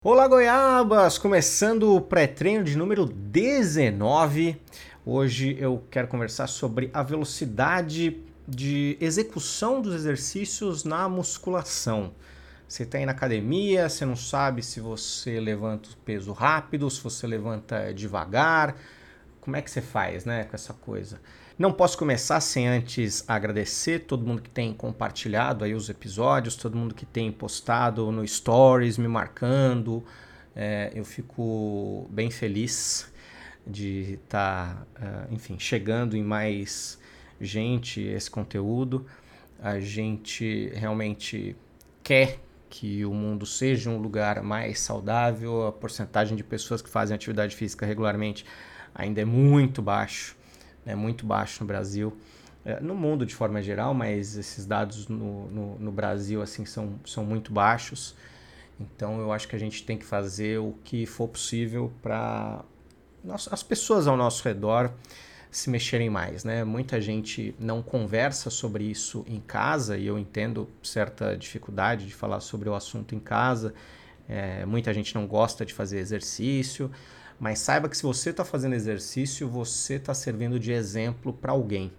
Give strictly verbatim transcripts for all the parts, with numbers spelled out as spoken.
Olá, Goiabas! Começando o pré-treino de número dezenove. Hoje eu quero conversar sobre a velocidade de execução dos exercícios na musculação. Você está aí na academia, você não sabe se você levanta o peso rápido, se você levanta devagar. Como é que você faz, né, com essa coisa? Não posso começar sem antes agradecer todo mundo que tem compartilhado aí os episódios, todo mundo que tem postado no Stories, me marcando. É, eu fico bem feliz de estar, tá, uh, enfim, chegando em mais gente esse conteúdo. A gente realmente quer que o mundo seja um lugar mais saudável. A porcentagem de pessoas que fazem atividade física regularmente ainda é muito baixo, é muito baixo no Brasil, é, no mundo de forma geral, mas esses dados no, no, no Brasil assim, são, são muito baixos. Então eu acho que a gente tem que fazer o que for possível para as pessoas ao nosso redor se mexerem mais, né? Muita gente não conversa sobre isso em casa e eu entendo certa dificuldade de falar sobre o assunto em casa. É, muita gente não gosta de fazer exercício, mas saiba que se você está fazendo exercício, você está servindo de exemplo para alguém.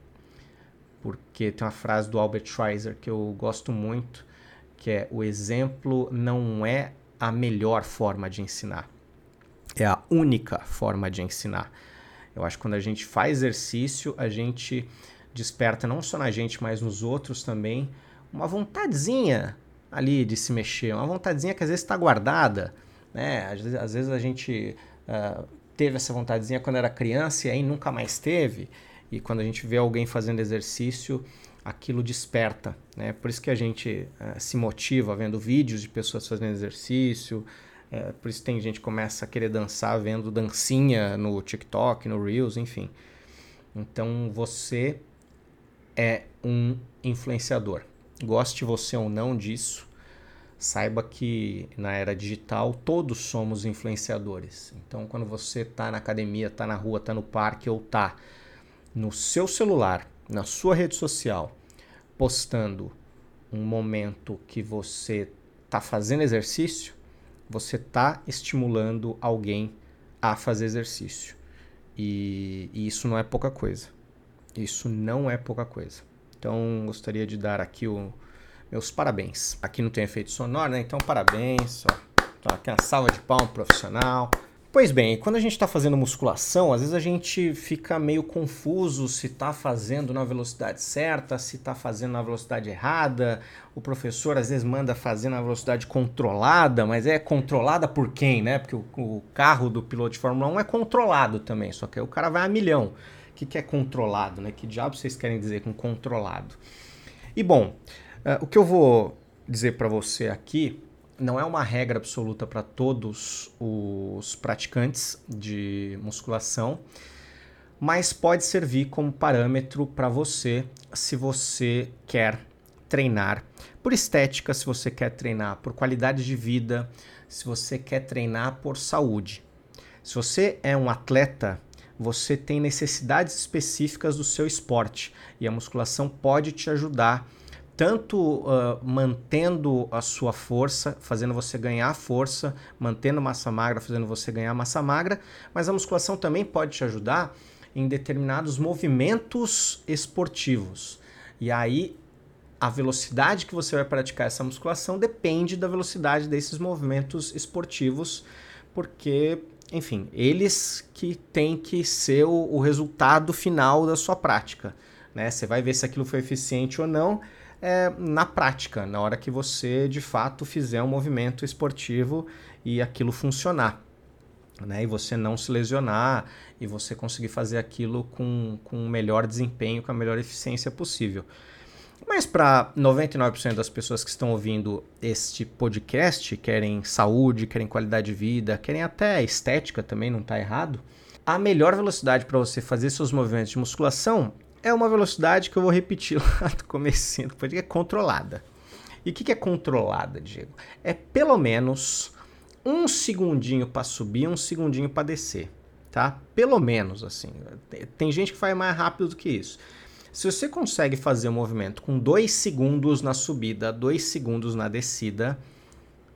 Porque tem uma frase do Albert Schweitzer que eu gosto muito, que é: o exemplo não é a melhor forma de ensinar, é a única forma de ensinar. Eu acho que quando a gente faz exercício, a gente desperta não só na gente, mas nos outros também, uma vontadezinha ali de se mexer, uma vontadezinha que às vezes está guardada, né? Às vezes, às vezes a gente uh, teve essa vontadezinha quando era criança e aí nunca mais teve, e quando a gente vê alguém fazendo exercício, aquilo desperta, né? Por isso que a gente uh, se motiva vendo vídeos de pessoas fazendo exercício. É, por isso tem gente que começa a querer dançar vendo dancinha no TikTok, no Reels, enfim. Então você é um influenciador. Goste você ou não disso, saiba que na era digital todos somos influenciadores. Então quando você está na academia, está na rua, está no parque ou está no seu celular, na sua rede social, postando um momento que você está fazendo exercício, você está estimulando alguém a fazer exercício. E, e isso não é pouca coisa. Isso não é pouca coisa. Então, gostaria de dar aqui o, meus parabéns. Aqui não tem efeito sonoro, né? Então, parabéns. Ó. Aqui uma salva de palmas profissional. Pois bem, quando a gente está fazendo musculação, às vezes a gente fica meio confuso se está fazendo na velocidade certa, se está fazendo na velocidade errada. O professor às vezes manda fazer na velocidade controlada, mas é controlada por quem, né? Porque o, o carro do piloto de Fórmula um é controlado também, só que aí o cara vai a milhão. O que, que é controlado, né? Que diabo vocês querem dizer com controlado? E bom, uh, o que eu vou dizer para você aqui não é uma regra absoluta para todos os praticantes de musculação, mas pode servir como parâmetro para você se você quer treinar por estética, se você quer treinar por qualidade de vida, se você quer treinar por saúde. Se você é um atleta, você tem necessidades específicas do seu esporte e a musculação pode te ajudar tanto uh, mantendo a sua força, fazendo você ganhar força, mantendo massa magra, fazendo você ganhar massa magra, mas a musculação também pode te ajudar em determinados movimentos esportivos. E aí, a velocidade que você vai praticar essa musculação depende da velocidade desses movimentos esportivos, porque, enfim, eles que têm que ser o, o resultado final da sua prática, né? Você vai ver se aquilo foi eficiente ou não É, na prática, na hora que você de fato fizer um movimento esportivo e aquilo funcionar, né? E você não se lesionar e você conseguir fazer aquilo com, com o melhor desempenho, com a melhor eficiência possível. Mas para noventa e nove por cento das pessoas que estão ouvindo este podcast, querem saúde, querem qualidade de vida, querem até estética também, não está errado, a melhor velocidade para você fazer seus movimentos de musculação é uma velocidade que eu vou repetir lá do comecinho do podcast, é controlada. E o que, que é controlada, Diego? É pelo menos um segundinho para subir, um segundinho para descer, tá? Pelo menos, assim. Tem gente que faz mais rápido do que isso. Se você consegue fazer o movimento com dois segundos na subida, dois segundos na descida,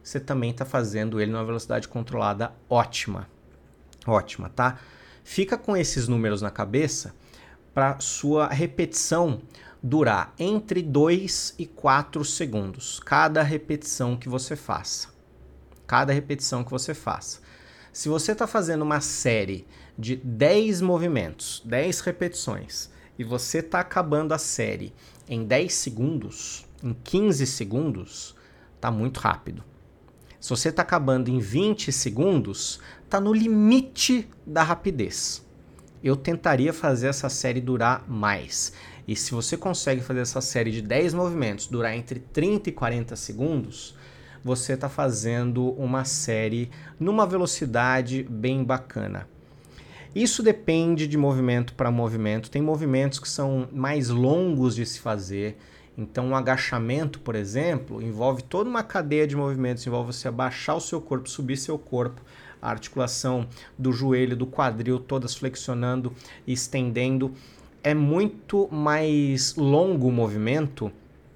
você também está fazendo ele numa velocidade controlada ótima. Ótima, tá? Fica com esses números na cabeça para sua repetição durar entre dois e quatro segundos, cada repetição que você faça. Cada repetição que você faça. Se você está fazendo uma série de dez movimentos, dez repetições, e você está acabando a série em dez segundos, em quinze segundos, está muito rápido. Se você está acabando em vinte segundos, está no limite da rapidez. Eu tentaria fazer essa série durar mais. E se você consegue fazer essa série de dez movimentos durar entre trinta e quarenta segundos, você está fazendo uma série numa velocidade bem bacana. Isso depende de movimento para movimento. Tem movimentos que são mais longos de se fazer. Então, um agachamento, por exemplo, envolve toda uma cadeia de movimentos. Envolve você abaixar o seu corpo, subir seu corpo, a articulação do joelho, do quadril, todas flexionando e estendendo. É muito mais longo o movimento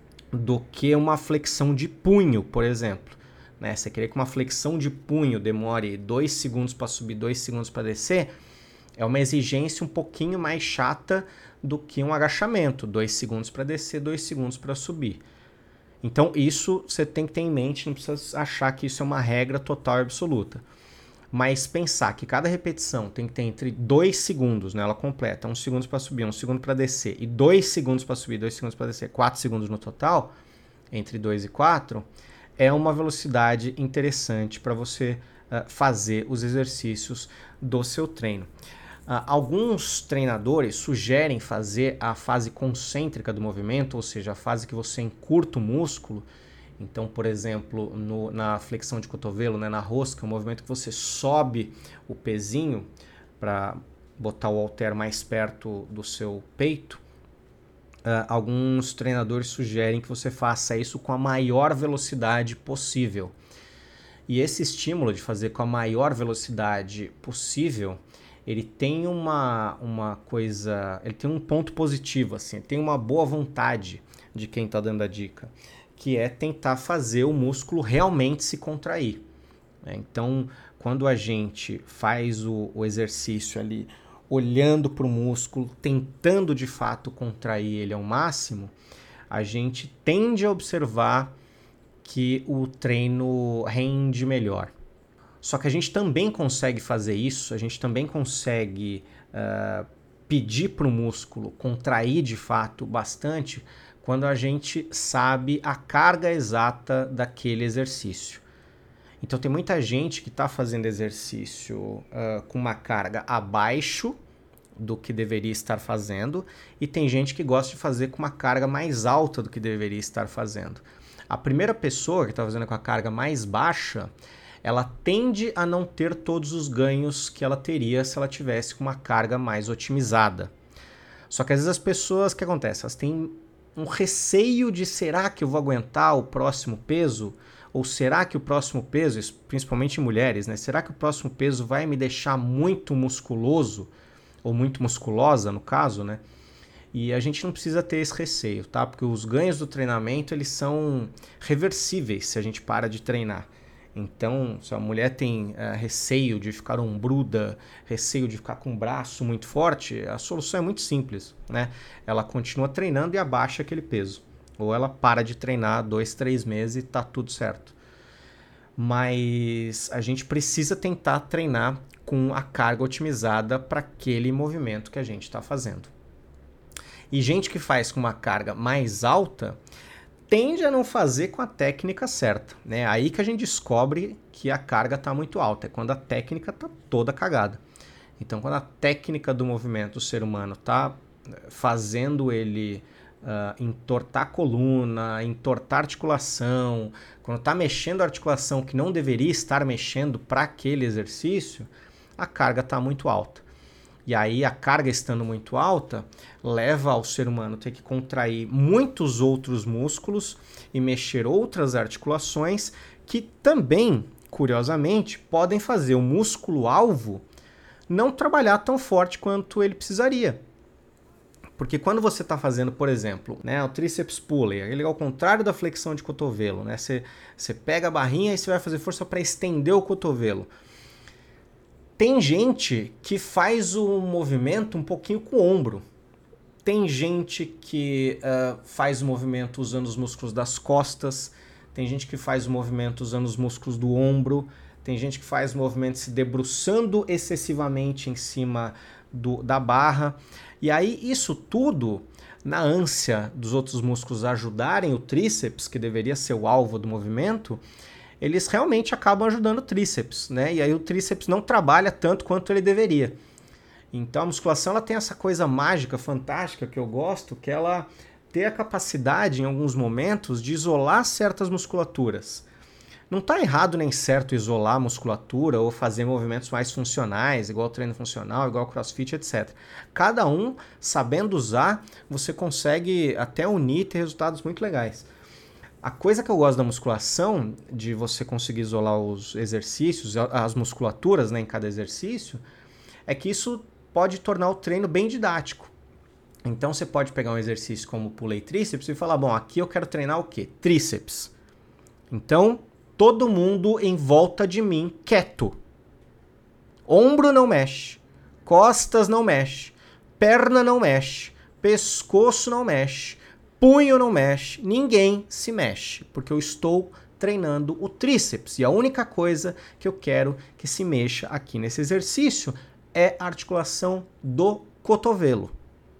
do que uma flexão de punho, por exemplo. Né? Você querer que uma flexão de punho demore dois segundos para subir, dois segundos para descer, é uma exigência um pouquinho mais chata do que um agachamento. dois segundos para descer, dois segundos para subir. Então isso você tem que ter em mente, não precisa achar que isso é uma regra total e absoluta. Mas pensar que cada repetição tem que ter entre dois segundos, né, ela completa, um segundo para subir, um segundo para descer, e dois segundos para subir, dois segundos para descer, quatro segundos no total, entre dois e quatro, é uma velocidade interessante para você uh, fazer os exercícios do seu treino. Uh, alguns treinadores sugerem fazer a fase concêntrica do movimento, ou seja, a fase que você encurta o músculo. Então, por exemplo, no, na flexão de cotovelo, né, na rosca, o movimento que você sobe o pezinho para botar o halter mais perto do seu peito, uh, alguns treinadores sugerem que você faça isso com a maior velocidade possível. E esse estímulo de fazer com a maior velocidade possível, ele tem uma, uma coisa, ele tem um ponto positivo, assim, tem uma boa vontade de quem está dando a dica, que é tentar fazer o músculo realmente se contrair. Então, quando a gente faz o, o exercício ali, olhando para o músculo, tentando de fato contrair ele ao máximo, a gente tende a observar que o treino rende melhor. Só que a gente também consegue fazer isso, a gente também consegue uh, pedir para o músculo contrair de fato bastante quando a gente sabe a carga exata daquele exercício. Então tem muita gente que está fazendo exercício uh, com uma carga abaixo do que deveria estar fazendo, e tem gente que gosta de fazer com uma carga mais alta do que deveria estar fazendo. A primeira pessoa que está fazendo com a carga mais baixa, ela tende a não ter todos os ganhos que ela teria se ela tivesse com uma carga mais otimizada. Só que às vezes as pessoas, o que acontece? Elas têm um receio de será que eu vou aguentar o próximo peso? Ou será que o próximo peso, principalmente em mulheres, né? Será que o próximo peso vai me deixar muito musculoso? Ou muito musculosa, no caso, né? E a gente não precisa ter esse receio, tá? Porque os ganhos do treinamento, eles são reversíveis se a gente para de treinar. Então, se a mulher tem uh, receio de ficar ombruda, receio de ficar com o braço muito forte, a solução é muito simples, né? Ela continua treinando e abaixa aquele peso. Ou ela para de treinar dois, três meses e tá tudo certo. Mas a gente precisa tentar treinar com a carga otimizada para aquele movimento que a gente está fazendo. E gente que faz com uma carga mais alta tende a não fazer com a técnica certa, né? Aí que a gente descobre que a carga está muito alta, é quando a técnica está toda cagada. Então, quando a técnica do movimento do ser humano está fazendo ele uh, entortar a coluna, entortar a articulação, quando está mexendo a articulação que não deveria estar mexendo para aquele exercício, a carga está muito alta. E aí a carga estando muito alta, leva ao ser humano ter que contrair muitos outros músculos e mexer outras articulações que também, curiosamente, podem fazer o músculo-alvo não trabalhar tão forte quanto ele precisaria. Porque quando você está fazendo, por exemplo, né, o tríceps pulley, ele é ao contrário da flexão de cotovelo, né? Você, você pega a barrinha e você vai fazer força para estender o cotovelo. Tem gente que faz o movimento um pouquinho com o ombro. Tem gente que uh, faz o movimento usando os músculos das costas. Tem gente que faz o movimento usando os músculos do ombro. Tem gente que faz o movimento se debruçando excessivamente em cima do, da barra. E aí isso tudo, na ânsia dos outros músculos ajudarem o tríceps, que deveria ser o alvo do movimento, eles realmente acabam ajudando o tríceps, né? E aí o tríceps não trabalha tanto quanto ele deveria. Então a musculação ela tem essa coisa mágica, fantástica, que eu gosto, que ela tem a capacidade, em alguns momentos, de isolar certas musculaturas. Não está errado nem certo isolar a musculatura ou fazer movimentos mais funcionais, igual treino funcional, igual crossfit, etcétera. Cada um, sabendo usar, você consegue até unir e ter resultados muito legais. A coisa que eu gosto da musculação, de você conseguir isolar os exercícios, as musculaturas, né, em cada exercício, é que isso pode tornar o treino bem didático. Então você pode pegar um exercício como pulley tríceps e falar, bom, aqui eu quero treinar o quê? Tríceps. Então, todo mundo em volta de mim quieto. Ombro não mexe, costas não mexe, perna não mexe, pescoço não mexe, punho não mexe, ninguém se mexe, porque eu estou treinando o tríceps. E a única coisa que eu quero que se mexa aqui nesse exercício é a articulação do cotovelo.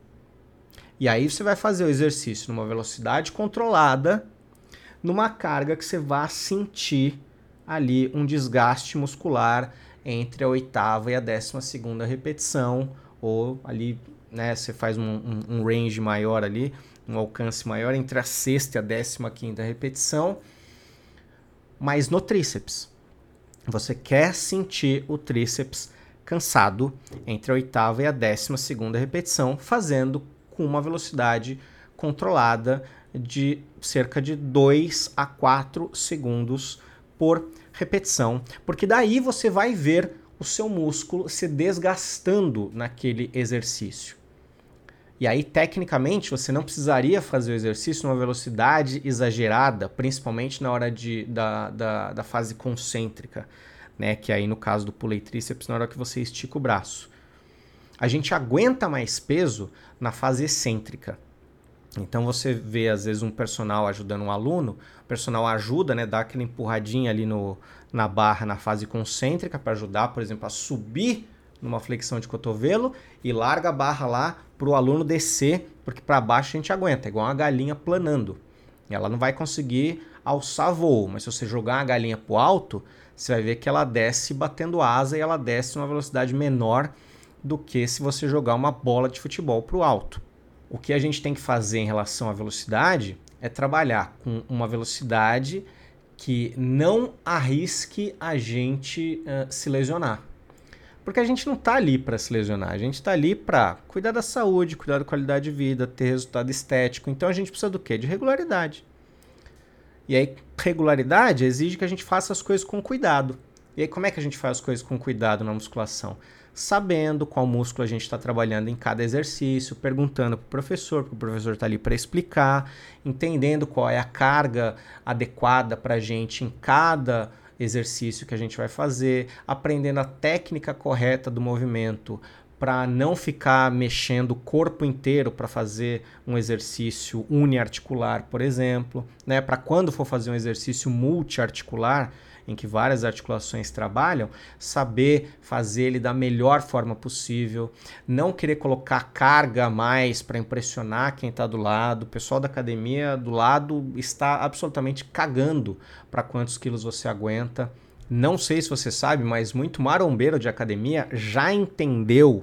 E aí você vai fazer o exercício numa velocidade controlada, numa carga que você vai sentir ali um desgaste muscular entre a oitava e a décima segunda repetição, ou ali, né, você faz um, um, um range maior ali, um alcance maior entre a sexta e a décima quinta repetição, mas no tríceps. Você quer sentir o tríceps cansado entre a oitava e a décima segunda repetição, fazendo com uma velocidade controlada de cerca de dois a quatro segundos por repetição, porque daí você vai ver o seu músculo se desgastando naquele exercício. E aí, tecnicamente, você não precisaria fazer o exercício numa velocidade exagerada, principalmente na hora de, da, da, da fase concêntrica, né? Que aí, no caso do pulley tríceps, na hora que você estica o braço. A gente aguenta mais peso na fase excêntrica. Então você vê, às vezes, um personal ajudando um aluno, o personal ajuda, né, dá aquela empurradinha ali no, na barra na fase concêntrica para ajudar, por exemplo, a subir numa flexão de cotovelo e larga a barra lá para o aluno descer, porque para baixo a gente aguenta, é igual uma galinha planando. Ela não vai conseguir alçar voo, mas se você jogar uma galinha para o alto, você vai ver que ela desce batendo asa e ela desce numa velocidade menor do que se você jogar uma bola de futebol para o alto. O que a gente tem que fazer em relação à velocidade é trabalhar com uma velocidade que não arrisque a gente uh, se lesionar. Porque a gente não está ali para se lesionar, a gente está ali para cuidar da saúde, cuidar da qualidade de vida, ter resultado estético. Então a gente precisa do quê? De regularidade. E aí, regularidade exige que a gente faça as coisas com cuidado. E aí, como é que a gente faz as coisas com cuidado na musculação? Sabendo qual músculo a gente está trabalhando em cada exercício, perguntando para o professor, porque o professor está ali para explicar, entendendo qual é a carga adequada para a gente em cada exercício que a gente vai fazer, aprendendo a técnica correta do movimento para não ficar mexendo o corpo inteiro para fazer um exercício uniarticular, por exemplo, né? Para quando for fazer um exercício multiarticular, em que várias articulações trabalham, saber fazer ele da melhor forma possível, não querer colocar carga a mais para impressionar quem está do lado. O pessoal da academia do lado está absolutamente cagando para quantos quilos você aguenta. Não sei se você sabe, mas muito marombeiro de academia já entendeu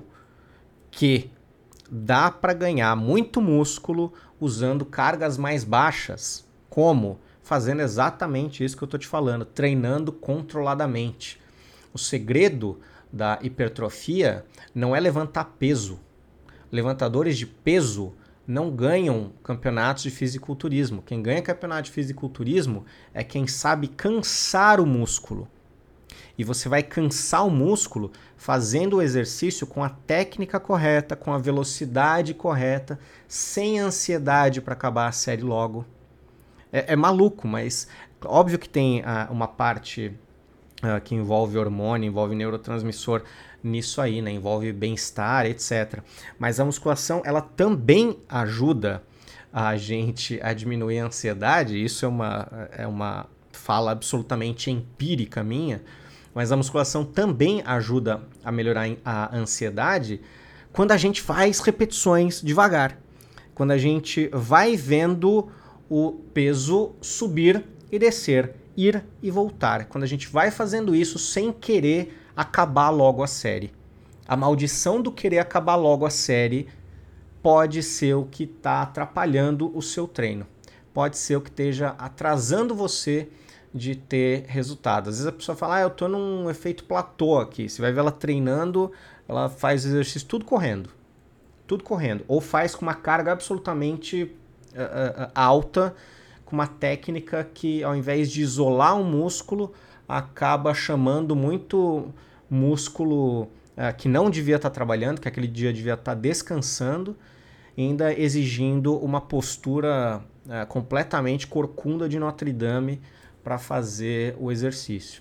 que dá para ganhar muito músculo usando cargas mais baixas. Como? Fazendo exatamente isso que eu estou te falando, treinando controladamente. O segredo da hipertrofia não é levantar peso. Levantadores de peso não ganham campeonatos de fisiculturismo. Quem ganha campeonato de fisiculturismo é quem sabe cansar o músculo. E você vai cansar o músculo fazendo o exercício com a técnica correta, com a velocidade correta, sem ansiedade para acabar a série logo. É, é maluco, mas óbvio que tem uh, uma parte uh, que envolve hormônio, envolve neurotransmissor nisso aí, né? Envolve bem-estar, etcétera. Mas a musculação, ela também ajuda a gente a diminuir a ansiedade. Isso é uma, é uma fala absolutamente empírica minha, mas a musculação também ajuda a melhorar a ansiedade quando a gente faz repetições devagar. Quando a gente vai vendo o peso subir e descer, ir e voltar. Quando a gente vai fazendo isso sem querer acabar logo a série. A maldição do querer acabar logo a série pode ser o que está atrapalhando o seu treino. Pode ser o que esteja atrasando você de ter resultado. Às vezes a pessoa fala, ah, eu estou num efeito platô aqui. Você vai ver ela treinando, ela faz exercício tudo correndo. Tudo correndo. Ou faz com uma carga absolutamente uh, uh, alta, com uma técnica que, ao invés de isolar um músculo, acaba chamando muito músculo uh, que não devia estar trabalhando, que aquele dia devia estar descansando, ainda exigindo uma postura uh, completamente corcunda de Notre Dame para fazer o exercício.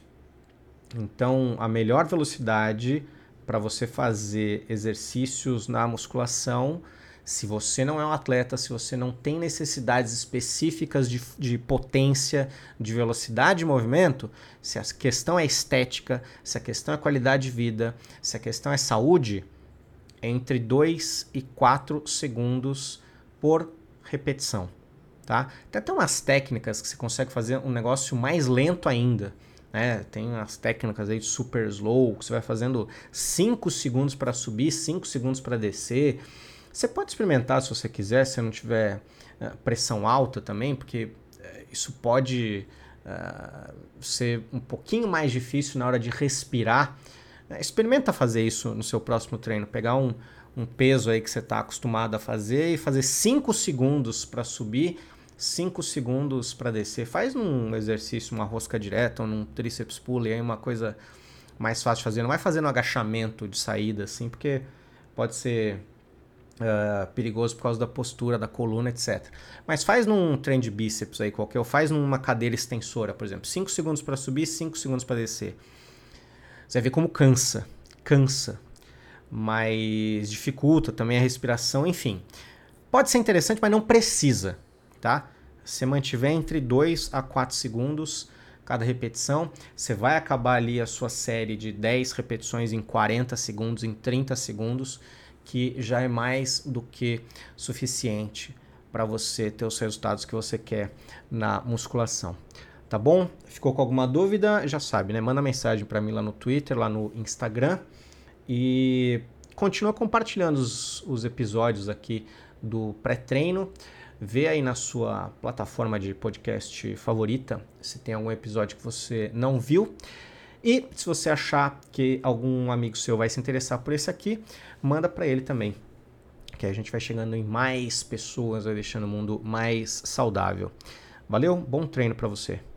Então, a melhor velocidade para você fazer exercícios na musculação, se você não é um atleta, se você não tem necessidades específicas de, de potência, de velocidade de movimento, se a questão é estética, se a questão é qualidade de vida, se a questão é saúde, é entre dois e quatro segundos por repetição. Tá? Tem até umas técnicas que você consegue fazer um negócio mais lento ainda. Né? Tem as técnicas aí de super slow, que você vai fazendo cinco segundos para subir, cinco segundos para descer. Você pode experimentar se você quiser, se não tiver uh, pressão alta também, porque uh, isso pode uh, ser um pouquinho mais difícil na hora de respirar. Uh, experimenta fazer isso no seu próximo treino, pegar um, um peso aí que você está acostumado a fazer e fazer cinco segundos para subir, cinco segundos para descer. Faz num exercício, uma rosca direta ou num tríceps pulley, aí uma coisa mais fácil de fazer. Não vai fazer no agachamento de saída, assim, porque pode ser uh, perigoso por causa da postura, da coluna, etcétera. Mas faz num treino de bíceps aí qualquer, ou faz numa cadeira extensora, por exemplo. cinco segundos para subir, cinco segundos para descer. Você vai ver como cansa, cansa, mas dificulta também a respiração, enfim. Pode ser interessante, mas não precisa. Tá? Se mantiver entre dois a quatro segundos cada repetição, você vai acabar ali a sua série de dez repetições em quarenta segundos, em trinta segundos, que já é mais do que suficiente para você ter os resultados que você quer na musculação. Tá bom? Ficou com alguma dúvida? Já sabe, né? Manda mensagem para mim lá no Twitter, lá no Instagram e continua compartilhando os, os episódios aqui do pré-treino. Vê aí na sua plataforma de podcast favorita se tem algum episódio que você não viu. E se você achar que algum amigo seu vai se interessar por esse aqui, manda para ele também. Que a gente vai chegando em mais pessoas, vai deixando o mundo mais saudável. Valeu, bom treino para você.